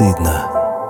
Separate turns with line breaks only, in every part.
стыдно.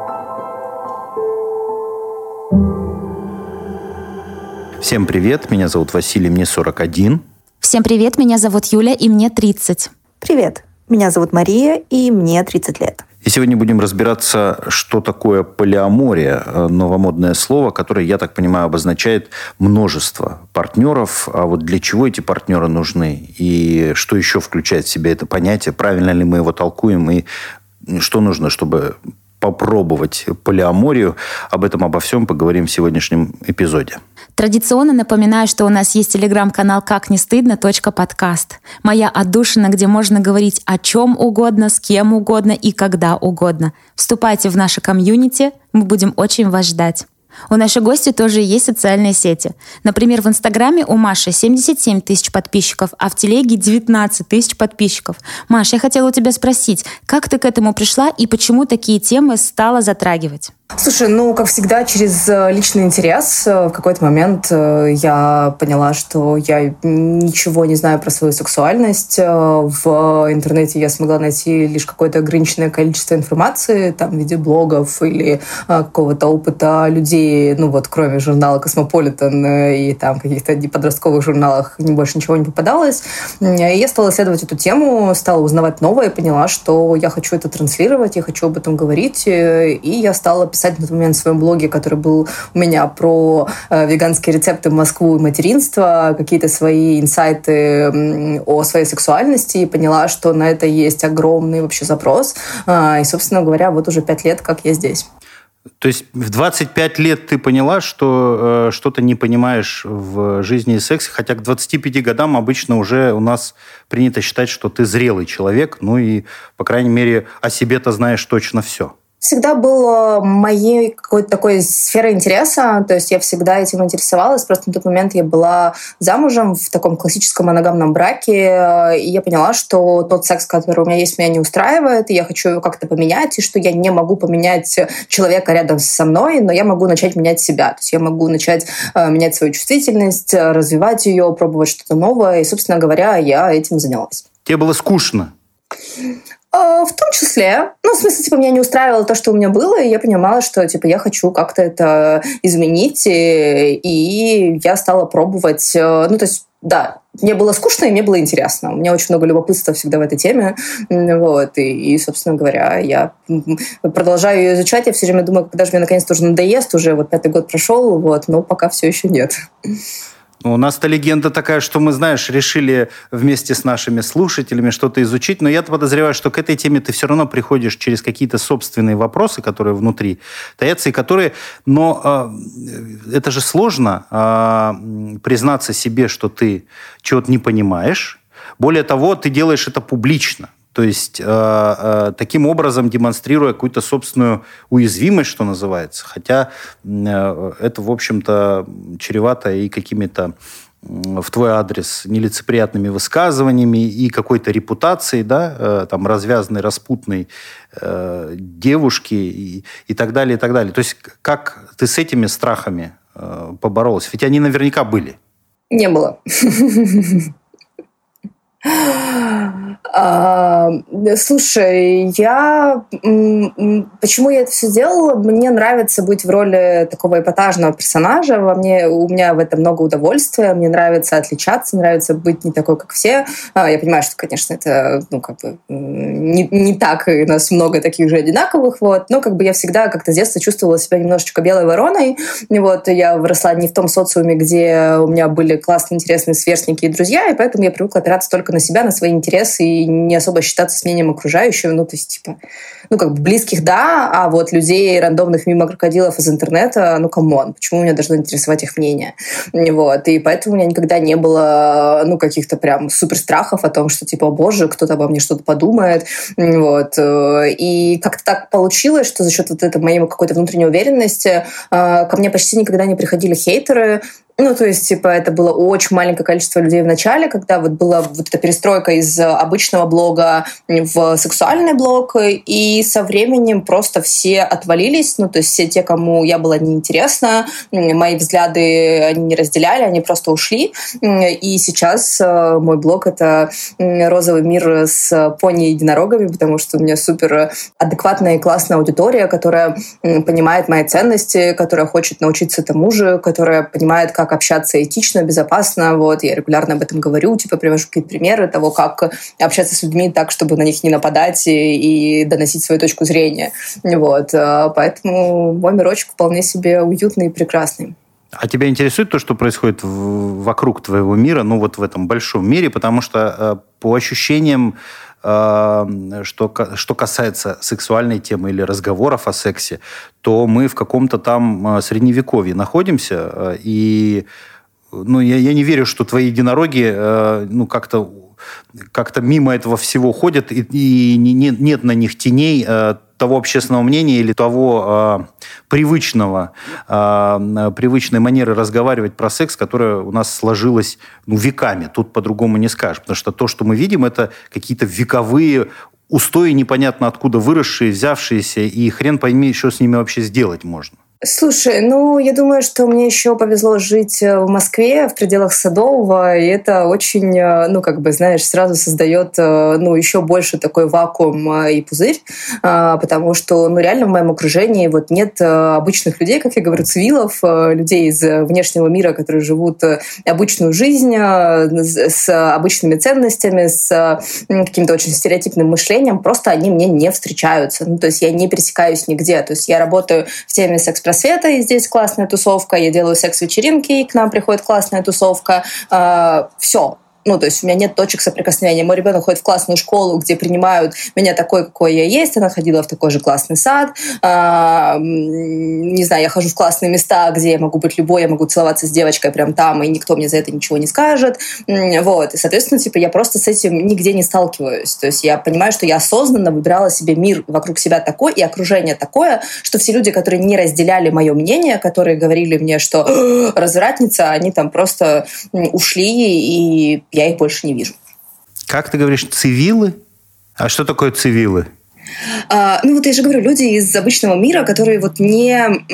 Всем привет, меня зовут Василий, мне 41.
Всем привет, меня зовут Юля, и мне 30.
Привет, меня зовут Мария, и мне 30 лет.
И сегодня будем разбираться, что такое полиамория, новомодное слово, которое, я так понимаю, обозначает множество партнеров. А вот для чего эти партнеры нужны? И что еще включает в себя это понятие? Правильно ли мы его толкуем? И что нужно, чтобы попробовать полиаморию? Обо всем поговорим в сегодняшнем эпизоде.
Традиционно напоминаю, что у нас есть телеграм-канал «Как не стыдно. Подкаст». Моя отдушина, где можно говорить о чем угодно, с кем угодно и когда угодно. Вступайте в наше комьюнити, мы будем очень вас ждать. У нашей гости тоже есть социальные сети. Например, в Инстаграме у Маши 77 тысяч подписчиков, а в Телеге 19 тысяч подписчиков. Маш, я хотела у тебя спросить, как ты к этому пришла и почему такие темы стала затрагивать?
Слушай, как всегда, через личный интерес. В какой-то момент я поняла, что я ничего не знаю про свою сексуальность. В интернете я смогла найти лишь какое-то ограниченное количество информации, там, в виде блогов или какого-то опыта людей, кроме журнала «Космополитен» и там каких-то подростковых журналах больше ничего не попадалось. И я стала исследовать эту тему, стала узнавать новое и поняла, что я хочу это транслировать, я хочу об этом говорить, и я стала писать на тот момент в своем блоге, который был у меня про веганские рецепты в Москву и материнство, какие-то свои инсайты о своей сексуальности, и поняла, что на это есть огромный вообще запрос. И, собственно говоря, вот уже 5 лет, как я здесь.
То есть в 25 лет ты поняла, что что-то не понимаешь в жизни и сексе, хотя к 25 годам обычно уже у нас принято считать, что ты зрелый человек, и, по крайней мере, о себе-то знаешь точно все.
Всегда было моей какой-то такой сферой интереса, то есть я всегда этим интересовалась, просто на тот момент я была замужем в таком классическом моногамном браке, и я поняла, что тот секс, который у меня есть, меня не устраивает, и я хочу его как-то поменять, и что я не могу поменять человека рядом со мной, но я могу начать менять себя, то есть я могу начать менять свою чувствительность, развивать ее, пробовать что-то новое, и, собственно говоря, я этим занялась.
Тебе было скучно?
В том числе. В смысле, меня не устраивало то, что у меня было, и я понимала, что, я хочу как-то это изменить, и я стала пробовать. Да, мне было скучно, и мне было интересно. У меня очень много любопытства всегда в этой теме. И, собственно говоря, я продолжаю ее изучать. Я все время думаю, когда же мне наконец-то уже надоест, уже 5-й год прошел, но пока все еще нет.
У нас-то легенда такая, что мы, решили вместе с нашими слушателями что-то изучить, но я подозреваю, что к этой теме ты все равно приходишь через какие-то собственные вопросы, которые внутри таятся, и которые... Но это же сложно признаться себе, что ты чего-то не понимаешь. Более того, ты делаешь это публично. То есть таким образом демонстрируя какую-то собственную уязвимость, что называется. Хотя это, в общем-то, чревато и какими-то в твой адрес нелицеприятными высказываниями и какой-то репутацией, там, развязанной, распутной девушки и так далее, и так далее. То есть как ты с этими страхами поборолась? Ведь они наверняка были.
Не было. Слушай, почему я это все делала? Мне нравится быть в роли такого эпатажного персонажа. У меня в этом много удовольствия. Мне нравится отличаться, нравится быть не такой, как все. Я понимаю, что, конечно, это не так, и у нас много таких же одинаковых. Но я всегда как-то с детства чувствовала себя немножечко белой вороной. Я выросла не в том социуме, где у меня были классные, интересные сверстники и друзья, и поэтому я привыкла опираться только на себя, на свои интересы и не особо считаться с мнением окружающих. Близких, да, а людей рандомных мимо крокодилов из интернета, камон, почему меня должно интересовать их мнение? И поэтому у меня никогда не было, каких-то прям супер страхов о том, что, о боже, кто-то обо мне что-то подумает. И как-то так получилось, что за счет этой моей какой-то внутренней уверенности ко мне почти никогда не приходили хейтеры. Ну, то есть, типа, это было очень маленькое количество людей в начале, когда вот была вот эта перестройка из обычного блога в сексуальный блог, и со временем просто все отвалились, ну, то есть все те, кому я была неинтересна, мои взгляды они не разделяли, они просто ушли, и сейчас мой блог — это розовый мир с пони-единорогами, потому что у меня супер адекватная и классная аудитория, которая понимает мои ценности, которая хочет научиться тому же, которая понимает, как общаться этично, безопасно. Вот, я регулярно об этом говорю, типа привожу какие-то примеры того, как общаться с людьми так, чтобы на них не нападать и доносить свою точку зрения. Вот, поэтому мой мирочек вполне себе уютный и прекрасный.
А тебя интересует то, что происходит вокруг твоего мира, ну вот в этом большом мире, потому что по ощущениям, что касается сексуальной темы или разговоров о сексе, то мы в каком-то там средневековье находимся, и ну, я не верю, что твои единороги ну, как-то мимо этого всего ходят, и нет на них теней того общественного мнения или того привычной манеры разговаривать про секс, которая у нас сложилась веками. Тут по-другому не скажешь. Потому что то, что мы видим, это какие-то вековые устои, непонятно откуда выросшие, взявшиеся, и хрен пойми, что с ними вообще сделать можно.
Слушай, ну, я думаю, что мне еще повезло жить в Москве, в пределах Садового, и это очень, ну, как бы, знаешь, сразу создает, ну, еще больше такой вакуум и пузырь, потому что, ну, реально в моем окружении вот нет обычных людей, как я говорю, цивилов, людей из внешнего мира, которые живут обычную жизнь с обычными ценностями, с каким-то очень стереотипным мышлением, просто они мне не встречаются. Ну, то есть я не пересекаюсь нигде. То есть я работаю в теме секс-просвета, и здесь классная тусовка, я делаю секс-вечеринки, и к нам приходит классная тусовка. Все. Ну, то есть у меня нет точек соприкосновения. Мой ребенок ходит в классную школу, где принимают меня такой, какой я есть. Она ходила в такой же классный сад. Не знаю, я хожу в классные места, где я могу быть любой, я могу целоваться с девочкой прям там, и никто мне за это ничего не скажет. Вот. И, соответственно, типа, я просто с этим нигде не сталкиваюсь. То есть я понимаю, что я осознанно выбирала себе мир вокруг себя такой и окружение такое, что все люди, которые не разделяли мое мнение, которые говорили мне, что развратница, они там просто ушли, и я их больше не вижу.
Как ты говоришь, цивилы? А что такое цивилы?
Ну вот я же говорю, люди из обычного мира, которые вот не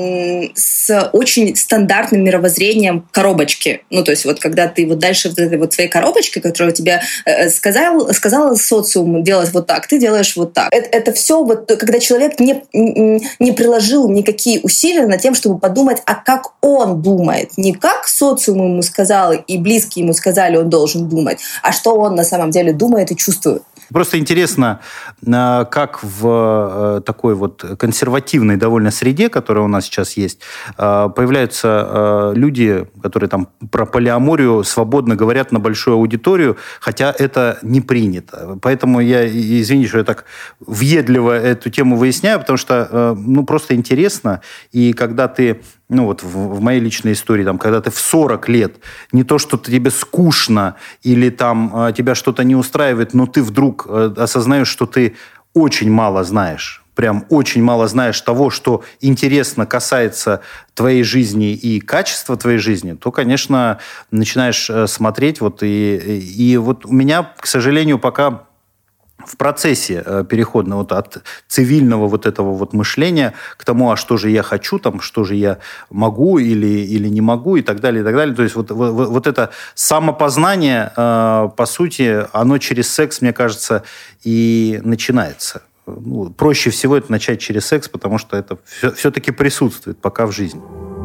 с очень стандартным мировоззрением коробочки. Ну то есть вот когда ты вот дальше вот этой вот своей коробочки, которую тебе сказала социум делать вот так, ты делаешь вот так. Это все вот когда человек не приложил никакие усилия над тем, чтобы подумать, а как он думает. Не как социум ему сказал и близкие ему сказали, он должен думать, а что он на самом деле думает и чувствует.
Просто интересно, как в такой вот консервативной довольно среде, которая у нас сейчас есть, появляются люди, которые там про полиаморию свободно говорят на большую аудиторию, хотя это не принято. Поэтому я, извини, что я так въедливо эту тему выясняю, потому что, ну, просто интересно. И когда ты, ну, вот в моей личной истории, там, когда ты в 40 лет, не то, что тебе скучно или там тебя что-то не устраивает, но ты вдруг осознаешь, что ты очень мало знаешь, прям очень мало знаешь того, что интересно касается твоей жизни и качества твоей жизни, то, конечно, начинаешь смотреть. Вот и вот у меня, к сожалению, пока в процессе перехода вот от цивильного вот этого вот мышления к тому, а что же я хочу, там, что же я могу или не могу и так далее, и так далее. То есть вот это самопознание, по сути, оно через секс, мне кажется, и начинается. Ну, проще всего это начать через секс, потому что это все-таки присутствует пока в жизни.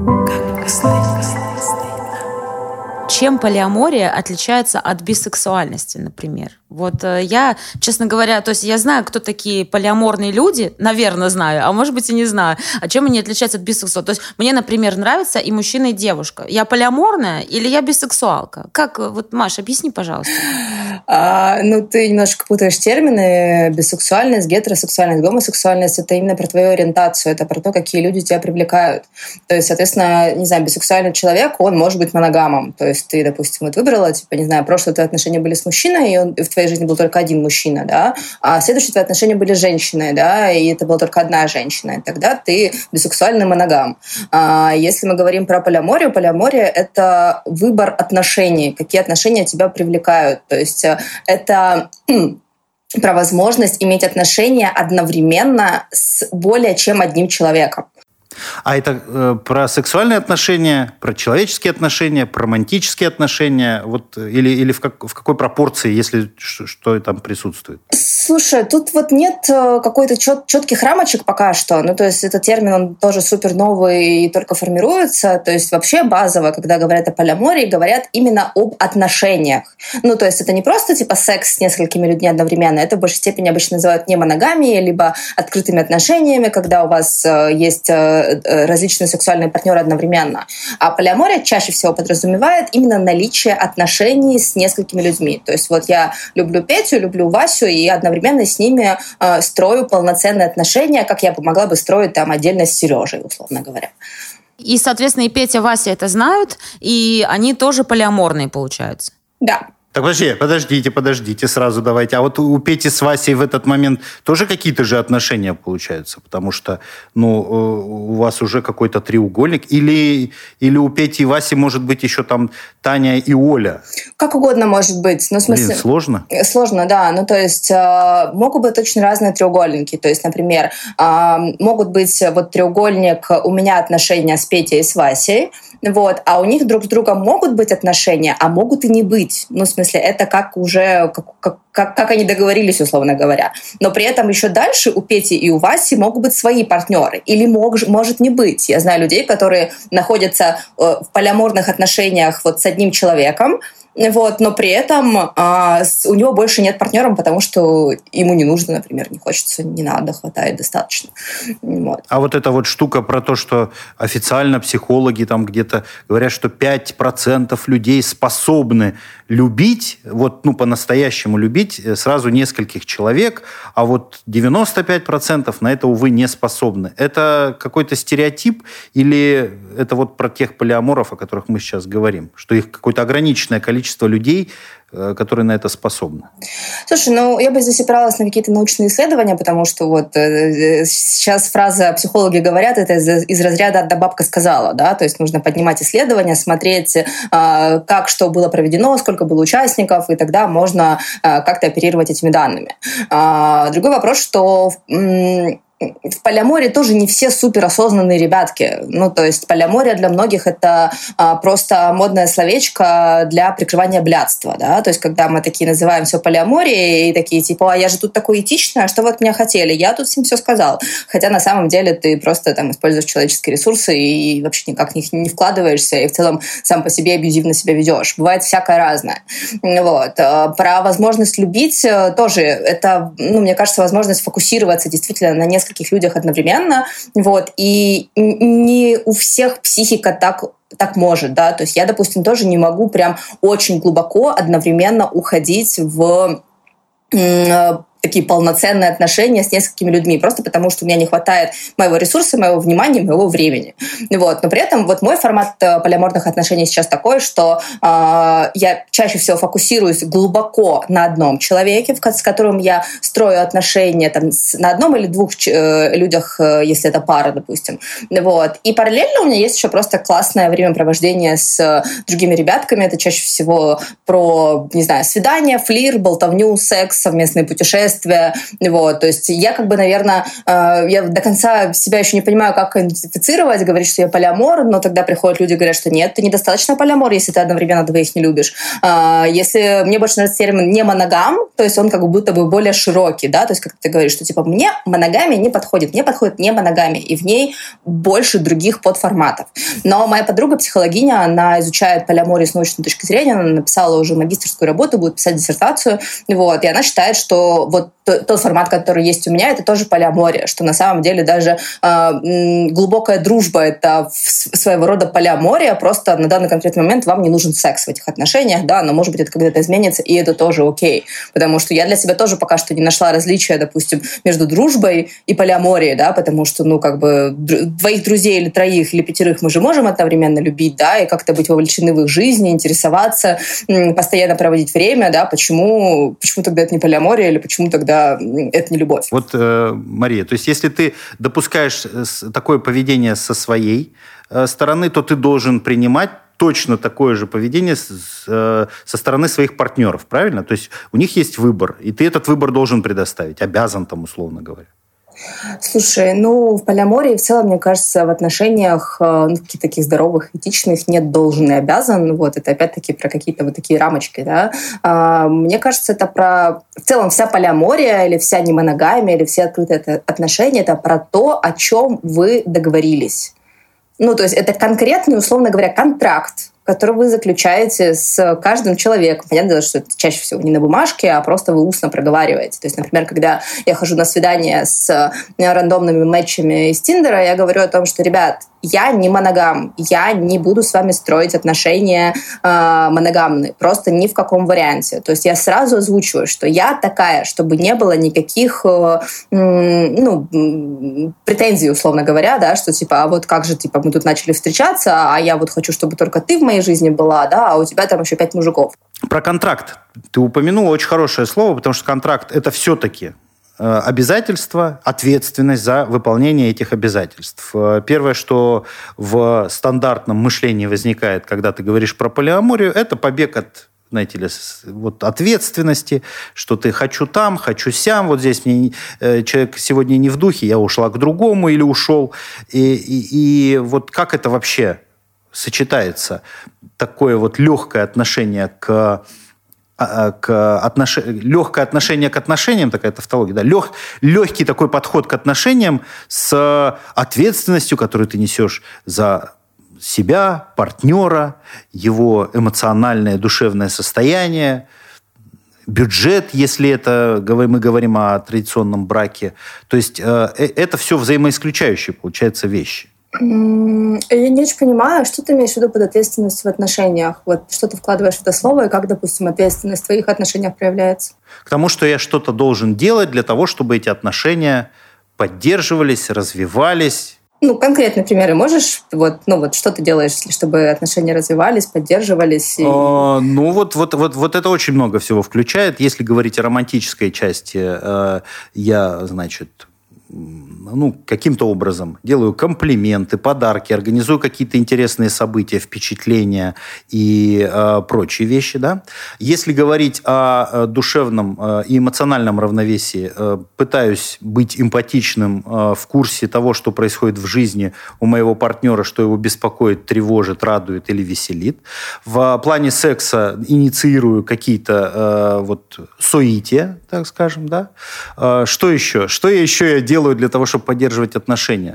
Чем полиамория отличается от бисексуальности, например? Вот я, честно говоря, то есть я знаю, кто такие полиаморные люди, наверное, знаю, а может быть и не знаю. А чем они отличаются от бисексуала? То есть мне, например, нравится и мужчина, и девушка. Я полиаморная или я бисексуалка? Как, вот, Маша, объясни, пожалуйста.
Ну, ты немножко путаешь термины. Бисексуальность, гетеросексуальность, гомосексуальность — это именно про твою ориентацию, это про то, какие люди тебя привлекают. То есть, соответственно, не знаю, бисексуальный человек, он может быть моногамом. То есть ты, допустим, вот выбрала, типа, не знаю, прошлые твои отношения были с мужчиной, и в твоей жизни был только один мужчина, да, а следующие твои отношения были с женщиной, да, и это была только одна женщина, и тогда ты бисексуальный моногам. Если мы говорим про полиаморию, полиамория — это выбор отношений, какие отношения тебя привлекают, то есть это про возможность иметь отношения одновременно с более чем одним человеком.
А это про сексуальные отношения, про человеческие отношения, про романтические отношения, вот, или в какой пропорции, если что там присутствует?
Слушай, тут вот нет какой-то четких рамочек пока что. Ну, то есть этот термин, он тоже супер новый и только формируется. То есть вообще базово, когда говорят о полиамории, говорят именно об отношениях. Ну, то есть это не просто типа секс с несколькими людьми одновременно, это в большей степени обычно называют не моногамией, либо открытыми отношениями, когда у вас есть различные сексуальные партнеры одновременно. А полиамория чаще всего подразумевает именно наличие отношений с несколькими людьми. То есть вот я люблю Петю, люблю Васю, и одновременно с ними строю полноценные отношения, как я могла бы строить там отдельно с Сережей, условно говоря.
И, соответственно, и Петя, Вася это знают, и они тоже полиаморные, получаются.
Да.
Так подождите, сразу давайте. А вот у Пети с Васей в этот момент тоже какие-то же отношения получаются? Потому что, у вас уже какой-то треугольник. Или у Пети и Васи может быть еще там Таня и Оля?
Как угодно может быть. Ну, в смысле,
Блин, сложно?
Сложно, да. Ну, то есть могут быть очень разные треугольники. То есть, например, могут быть вот треугольник «у меня отношения с Петей и с Васей», вот, а у них друг с другом могут быть отношения, а могут и не быть. Ну, в смысле, это как они договорились, условно говоря. Но при этом еще дальше у Пети и у Васи могут быть свои партнеры. Или может не быть. Я знаю людей, которые находятся в полиаморных отношениях вот с одним человеком, вот, но при этом у него больше нет партнеров, потому что ему не нужно, например, не хочется, не надо, хватает достаточно. Вот.
А вот эта вот штука про то, что официально психологи там где-то говорят, что 5% людей способны любить, по-настоящему любить сразу нескольких человек, а вот 95% на это, увы, не способны. Это какой-то стереотип или это вот про тех полиаморов, о которых мы сейчас говорим, что их какое-то ограниченное количество людей, которые на это способны?
Слушай, я бы здесь опиралась на какие-то научные исследования, потому что вот сейчас фраза «психологи говорят» — это из разряда «одна бабка сказала», да, то есть нужно поднимать исследования, смотреть, как что было проведено, сколько было участников, и тогда можно как-то оперировать этими данными. Другой вопрос, что в полиамории тоже не все суперосознанные ребятки. Ну, то есть полиамория для многих — это просто модное словечко для прикрывания блядства, да, то есть когда мы такие называем все полиаморией и такие типа: а я же тут такой этичный, а что вы от меня хотели? Я тут всем все сказал. Хотя на самом деле ты просто там используешь человеческие ресурсы и вообще никак в них не вкладываешься, и в целом сам по себе абьюзивно себя ведешь. Бывает всякое разное. Вот. Про возможность любить тоже это, мне кажется, возможность фокусироваться действительно на нескольких людях одновременно, вот, и не у всех психика так может, да, то есть я, допустим, тоже не могу прям очень глубоко одновременно уходить в такие полноценные отношения с несколькими людьми, просто потому что у меня не хватает моего ресурса, моего внимания, моего времени. Вот. Но при этом вот мой формат полиаморных отношений сейчас такой, что я чаще всего фокусируюсь глубоко на одном человеке, с которым я строю отношения там, на одном или двух людях, если это пара, допустим. Вот. И параллельно у меня есть еще просто классное времяпровождение с другими ребятками. Это чаще всего про, не знаю, свидания, флир, болтовню, секс, совместные путешествия. Вот. То есть я наверное, я до конца себя еще не понимаю, как идентифицировать, говорить, что я полиамор, но тогда приходят люди и говорят, что нет, ты недостаточно полиамор, если ты одновременно двоих не любишь. Если мне больше нравится термин не моногам, то есть он как будто бы более широкий, да, то есть как ты говоришь, что типа мне моногамия не подходит, мне подходит не моногамия, и в ней больше других подформатов. Но моя подруга, психологиня, она изучает полиаморию с научной точки зрения, она написала уже магистерскую работу, будет писать диссертацию, вот, и она считает, что вот тот формат, который есть у меня, это тоже полиамория, что на самом деле даже глубокая дружба это своего рода полиамория, просто на данный конкретный момент вам не нужен секс в этих отношениях, да, но, может быть, это когда-то изменится, и это тоже окей. Потому что я для себя тоже пока что не нашла различия, допустим, между дружбой и полиаморией, да, потому что, двоих друзей или троих, или пятерых мы же можем одновременно любить, да, и как-то быть вовлечены в их жизнь, интересоваться, постоянно проводить время, да, почему тогда это не полиамория, или почему тогда это не любовь?
Вот, Мария, то есть если ты допускаешь такое поведение со своей стороны, то ты должен принимать точно такое же поведение со стороны своих партнеров, правильно? То есть у них есть выбор, и ты этот выбор должен предоставить, обязан там, условно говоря.
Слушай, в полиамории в целом, мне кажется, в отношениях каких-то таких здоровых, этичных нет должен и обязан. Вот это опять-таки про какие-то вот такие рамочки, да. Мне кажется, это про... В целом вся полиамория или вся немоногамия или все открытые отношения — это про то, о чем вы договорились. То есть это конкретный, условно говоря, контракт, который вы заключаете с каждым человеком. Понятно, что это чаще всего не на бумажке, а просто вы устно проговариваете. То есть, например, когда я хожу на свидание с рандомными матчами из Тиндера, я говорю о том, что, ребят, я не моногам, я не буду с вами строить отношения моногамные, просто ни в каком варианте. То есть я сразу озвучиваю, что я такая, чтобы не было никаких претензий, условно говоря, да, что а вот как же, мы тут начали встречаться, а я вот хочу, чтобы только ты в моей жизни была, да, а у тебя там еще 5 мужиков.
Про контракт ты упомянула, очень хорошее слово, потому что контракт – это все-таки обязательства, ответственность за выполнение этих обязательств. Первое, что в стандартном мышлении возникает, когда ты говоришь про полиаморию, это побег от, знаете ли, ответственности, что ты хочу там, хочу сям, вот здесь мне человек сегодня не в духе, я ушла к другому или ушел. И вот как это вообще сочетается? Такое вот легкое отношение легкое отношение к отношениям, такая тавтология, да, легкий такой подход к отношениям с ответственностью, которую ты несешь за себя, партнера, его эмоциональное, душевное состояние, бюджет, если это мы говорим о традиционном браке. То есть это все взаимоисключающие, получается, вещи.
Я не очень понимаю, что ты имеешь в виду под ответственностью в отношениях? Вот что ты вкладываешь в это слово, и как, допустим, ответственность в твоих отношениях проявляется?
К тому, что я что-то должен делать для того, чтобы эти отношения поддерживались, развивались.
Конкретные примеры можешь? Что ты делаешь, чтобы отношения развивались, поддерживались?
Вот это очень много всего включает. Если говорить о романтической части, я, каким-то образом делаю комплименты, подарки, организую какие-то интересные события, впечатления и прочие вещи, да. Если говорить о душевном и эмоциональном равновесии, пытаюсь быть эмпатичным, в курсе того, что происходит в жизни у моего партнера, что его беспокоит, тревожит, радует или веселит. В плане секса инициирую какие-то соития, так скажем, да. Что еще? Что я делаю для того, чтобы поддерживать отношения?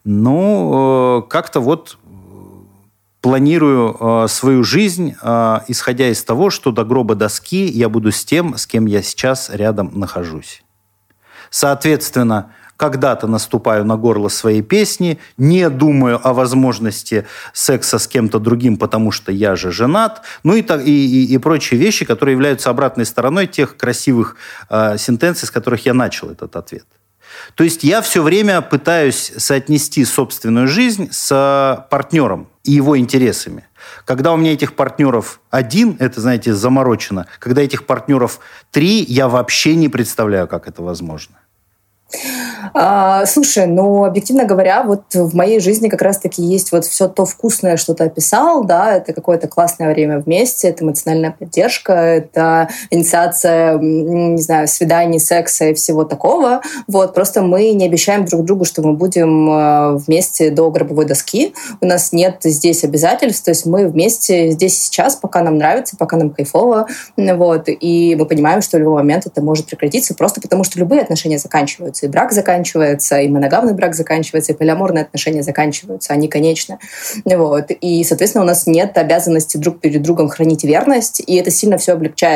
Как-то планирую свою жизнь, исходя из того, что до гроба доски я буду с тем, с кем я сейчас рядом нахожусь. Соответственно, когда-то наступаю на горло своей песни, не думаю о возможности секса с кем-то другим, потому что я же женат, и прочие вещи, которые являются обратной стороной тех красивых сентенций, с которых я начал этот ответ. То есть я все время пытаюсь соотнести собственную жизнь с партнером и его интересами. Когда у меня этих партнеров один, это, знаете, заморочено. Когда этих партнеров 3, я вообще не представляю, как это возможно.
Слушай, объективно говоря, в моей жизни как раз-таки есть все то вкусное, что ты описал, да, это какое-то классное время вместе, это эмоциональная поддержка, это инициация, не знаю, свиданий, секса и всего такого. Просто мы не обещаем друг другу, что мы будем вместе до гробовой доски. У нас нет здесь обязательств, то есть мы вместе здесь и сейчас, пока нам нравится, пока нам кайфово, и мы понимаем, что в любой момент это может прекратиться, просто потому что любые отношения заканчиваются, и брак заканчивается, и моногамный брак заканчивается, и полиаморные отношения заканчиваются, они конечны. И, соответственно, у нас нет обязанности друг перед другом хранить верность, и это сильно все облегчает.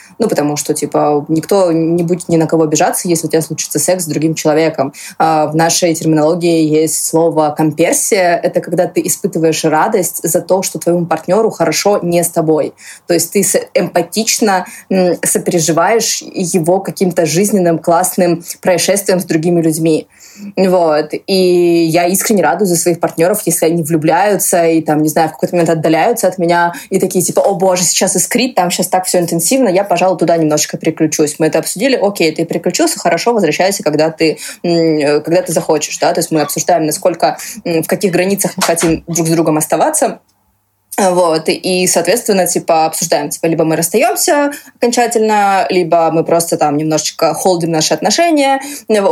Потому что, никто не будет ни на кого обижаться, если у тебя случится секс с другим человеком. В нашей терминологии есть слово «комперсия». Это когда ты испытываешь радость за то, что твоему партнеру хорошо не с тобой. То есть ты эмпатично сопереживаешь его каким-то жизненным классным происшествием с другими людьми. И я искренне радуюсь за своих партнеров, если они влюбляются и, в какой-то момент отдаляются от меня и такие, о боже, сейчас искрит, там сейчас так все интенсивно, я, пожалуй, туда немножечко переключусь. Мы это обсудили, окей, ты переключился, хорошо, возвращайся, когда ты захочешь, да, то есть мы обсуждаем, в каких границах мы хотим друг с другом оставаться. И, соответственно, обсуждаем, либо мы расстаемся окончательно, либо мы просто немножечко холдим наши отношения,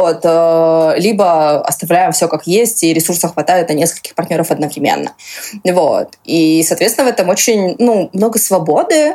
либо оставляем все как есть, и ресурсов хватает на нескольких партнеров одновременно. И, соответственно, в этом очень, много свободы,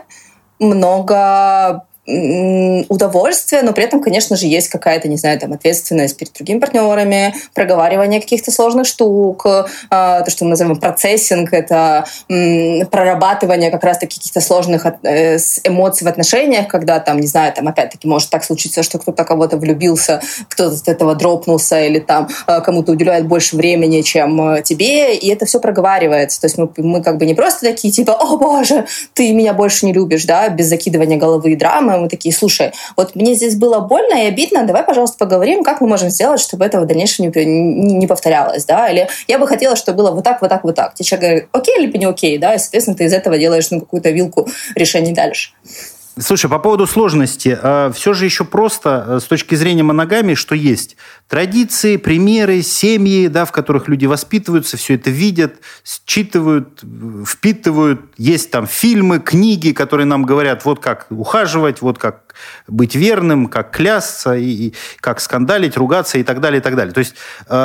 много удовольствие, но при этом, конечно же, есть какая-то, ответственность перед другими партнерами, проговаривание каких-то сложных штук, то, что мы называем процессинг, это прорабатывание как раз-таки каких-то сложных эмоций в отношениях, когда, опять-таки, может так случиться, что кто-то кого-то влюбился, кто-то от этого дропнулся или кому-то уделяет больше времени, чем тебе, и это все проговаривается. То есть мы не просто такие, о боже, ты меня больше не любишь, да, без закидывания головы и драмы, мы такие, слушай, мне здесь было больно и обидно, давай, пожалуйста, поговорим, как мы можем сделать, чтобы этого в дальнейшем не повторялось, да, или я бы хотела, чтобы было вот так, вот так, вот так. Тебе человек говорит, окей, либо не окей, да, и, соответственно, ты из этого делаешь какую-то вилку решений дальше.
Слушай, по поводу сложности, все же еще просто с точки зрения моногамии, что есть традиции, примеры, семьи, да, в которых люди воспитываются, все это видят, считывают, впитывают. Есть фильмы, книги, которые нам говорят, вот как ухаживать, вот как быть верным, как клясться, и как скандалить, ругаться и так далее, и так далее. То есть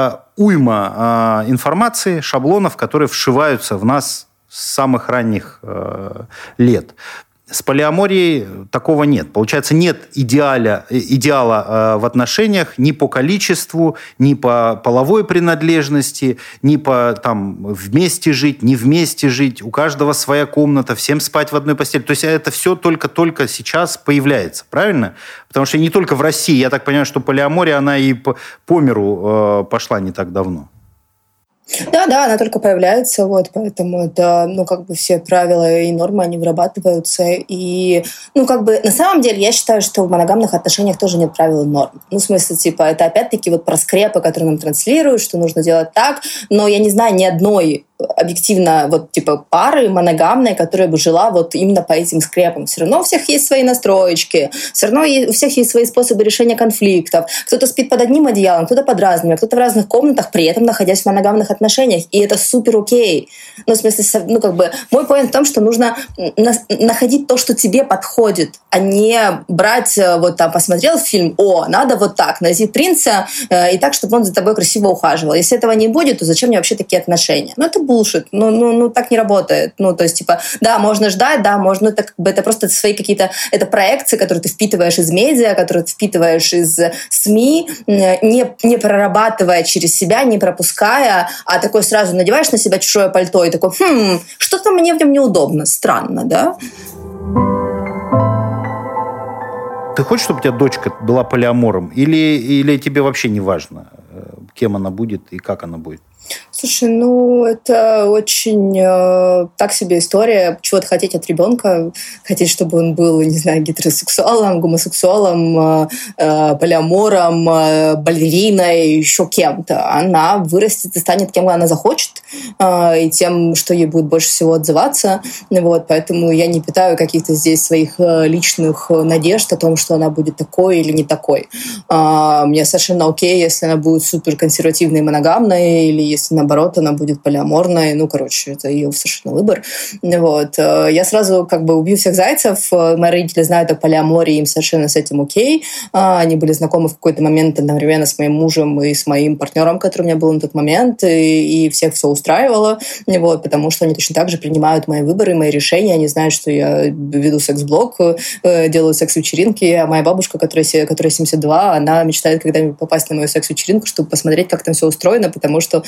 уйма информации, шаблонов, которые вшиваются в нас с самых ранних лет. С полиаморией такого нет. Получается, нет идеала в отношениях ни по количеству, ни по половой принадлежности, ни по вместе жить, не вместе жить. У каждого своя комната, всем спать в одной постели. То есть это все только сейчас появляется, правильно? Потому что не только в России. Я так понимаю, что полиамория, она и по миру пошла не так давно.
Да, она только появляется, поэтому это, все правила и нормы, они вырабатываются, и, на самом деле, я считаю, что в моногамных отношениях тоже нет правил и норм. В смысле, это опять-таки про скрепы, которые нам транслируют, что нужно делать так, но я не знаю ни одной объективно пары моногамной, которая бы жила именно по этим скрепам. Все равно у всех есть свои настроечки, все равно у всех есть свои способы решения конфликтов. Кто-то спит под одним одеялом, кто-то под разными, кто-то в разных комнатах, при этом находясь в моногамных отношениях. И это супер окей. В смысле, мой поинт в том, что нужно находить то, что тебе подходит, а не брать, посмотрел фильм, надо так, найти принца, и так, чтобы он за тобой красиво ухаживал. Если этого не будет, то зачем мне вообще такие отношения? Это булшит. Так не работает. То есть, да, можно ждать, да, можно, это просто свои какие-то, это проекции, которые ты впитываешь из медиа, которые ты впитываешь из СМИ, не прорабатывая через себя, не пропуская, а такой сразу надеваешь на себя чужое пальто и такой, что-то мне в нем неудобно, странно, да?
Ты хочешь, чтобы у тебя дочка была полиамором? Или тебе вообще не важно, кем она будет и как она будет?
Слушай, это очень так себе история. Чего-то хотеть от ребенка, хотеть, чтобы он был, не знаю, гетеросексуалом, гомосексуалом, полиамором, балериной, еще кем-то. Она вырастет и станет кем она захочет, и тем, что ей будет больше всего отзываться. Поэтому я не питаю каких-то здесь своих личных надежд о том, что она будет такой или не такой. Мне совершенно окей, если она будет суперконсервативной и моногамной, или если, наоборот, она будет полиаморной. Это ее совершенно выбор. Я сразу убью всех зайцев. Мои родители знают о полиамории, им совершенно с этим окей. Они были знакомы в какой-то момент одновременно с моим мужем и с моим партнером, который у меня был на тот момент, и всех все устраивало, потому что они точно так же принимают мои выборы, мои решения. Они знают, что я веду секс-блог, делаю секс-вечеринки, а моя бабушка, которая 72, она мечтает когда-нибудь попасть на мою секс-вечеринку, чтобы посмотреть, как там все устроено, потому что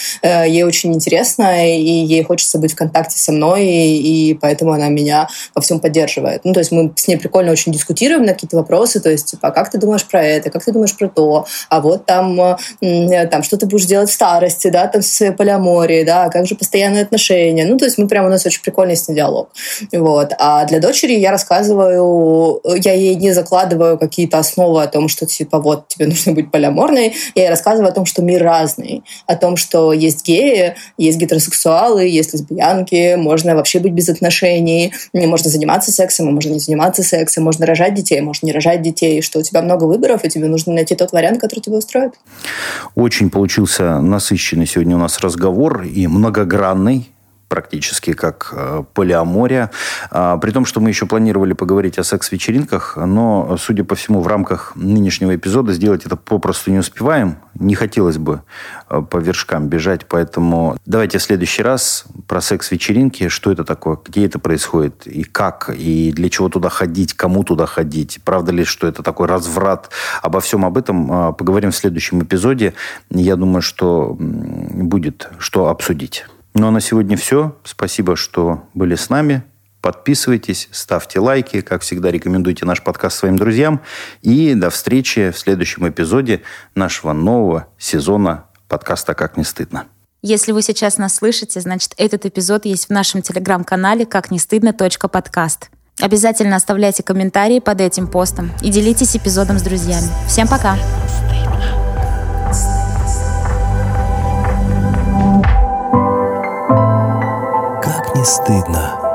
ей очень интересно, и ей хочется быть в контакте со мной, и поэтому она меня во всем поддерживает. Ну, то есть мы с ней прикольно очень дискутируем на какие-то вопросы, то есть, типа, как ты думаешь про это, как ты думаешь про то, а вот там что ты будешь делать в старости, да, там со своей полиаморией, да, как же постоянные отношения. Ну, то есть у нас очень прикольный с ней диалог. Вот. А для дочери я рассказываю, я ей не закладываю какие-то основы о том, что, типа, вот, тебе нужно быть полиаморной. Я ей рассказываю о том, что мир разный, о том, что есть геи, есть гетеросексуалы, есть лесбиянки, можно вообще быть без отношений, можно заниматься сексом, а можно не заниматься сексом, можно рожать детей, можно не рожать детей, что у тебя много выборов, и тебе нужно найти тот вариант, который тебя устроит.
Очень получился насыщенный сегодня у нас разговор и многогранный, практически как полиамория. При том, что мы еще планировали поговорить о секс-вечеринках, но, судя по всему, в рамках нынешнего эпизода сделать это попросту не успеваем. Не хотелось бы по вершкам бежать, поэтому давайте в следующий раз про секс-вечеринки, что это такое, где это происходит, и как, и для чего туда ходить, кому туда ходить, правда ли, что это такой разврат. Обо всем об этом поговорим в следующем эпизоде. Я думаю, что будет что обсудить. Ну, а на сегодня все. Спасибо, что были с нами. Подписывайтесь, ставьте лайки. Как всегда, рекомендуйте наш подкаст своим друзьям. И до встречи в следующем эпизоде нашего нового сезона подкаста «Как не стыдно».
Если вы сейчас нас слышите, значит, этот эпизод есть в нашем телеграм-канале «какнестыдно.подкаст». Обязательно оставляйте комментарии под этим постом и делитесь эпизодом с друзьями. Всем пока!
Не стыдно.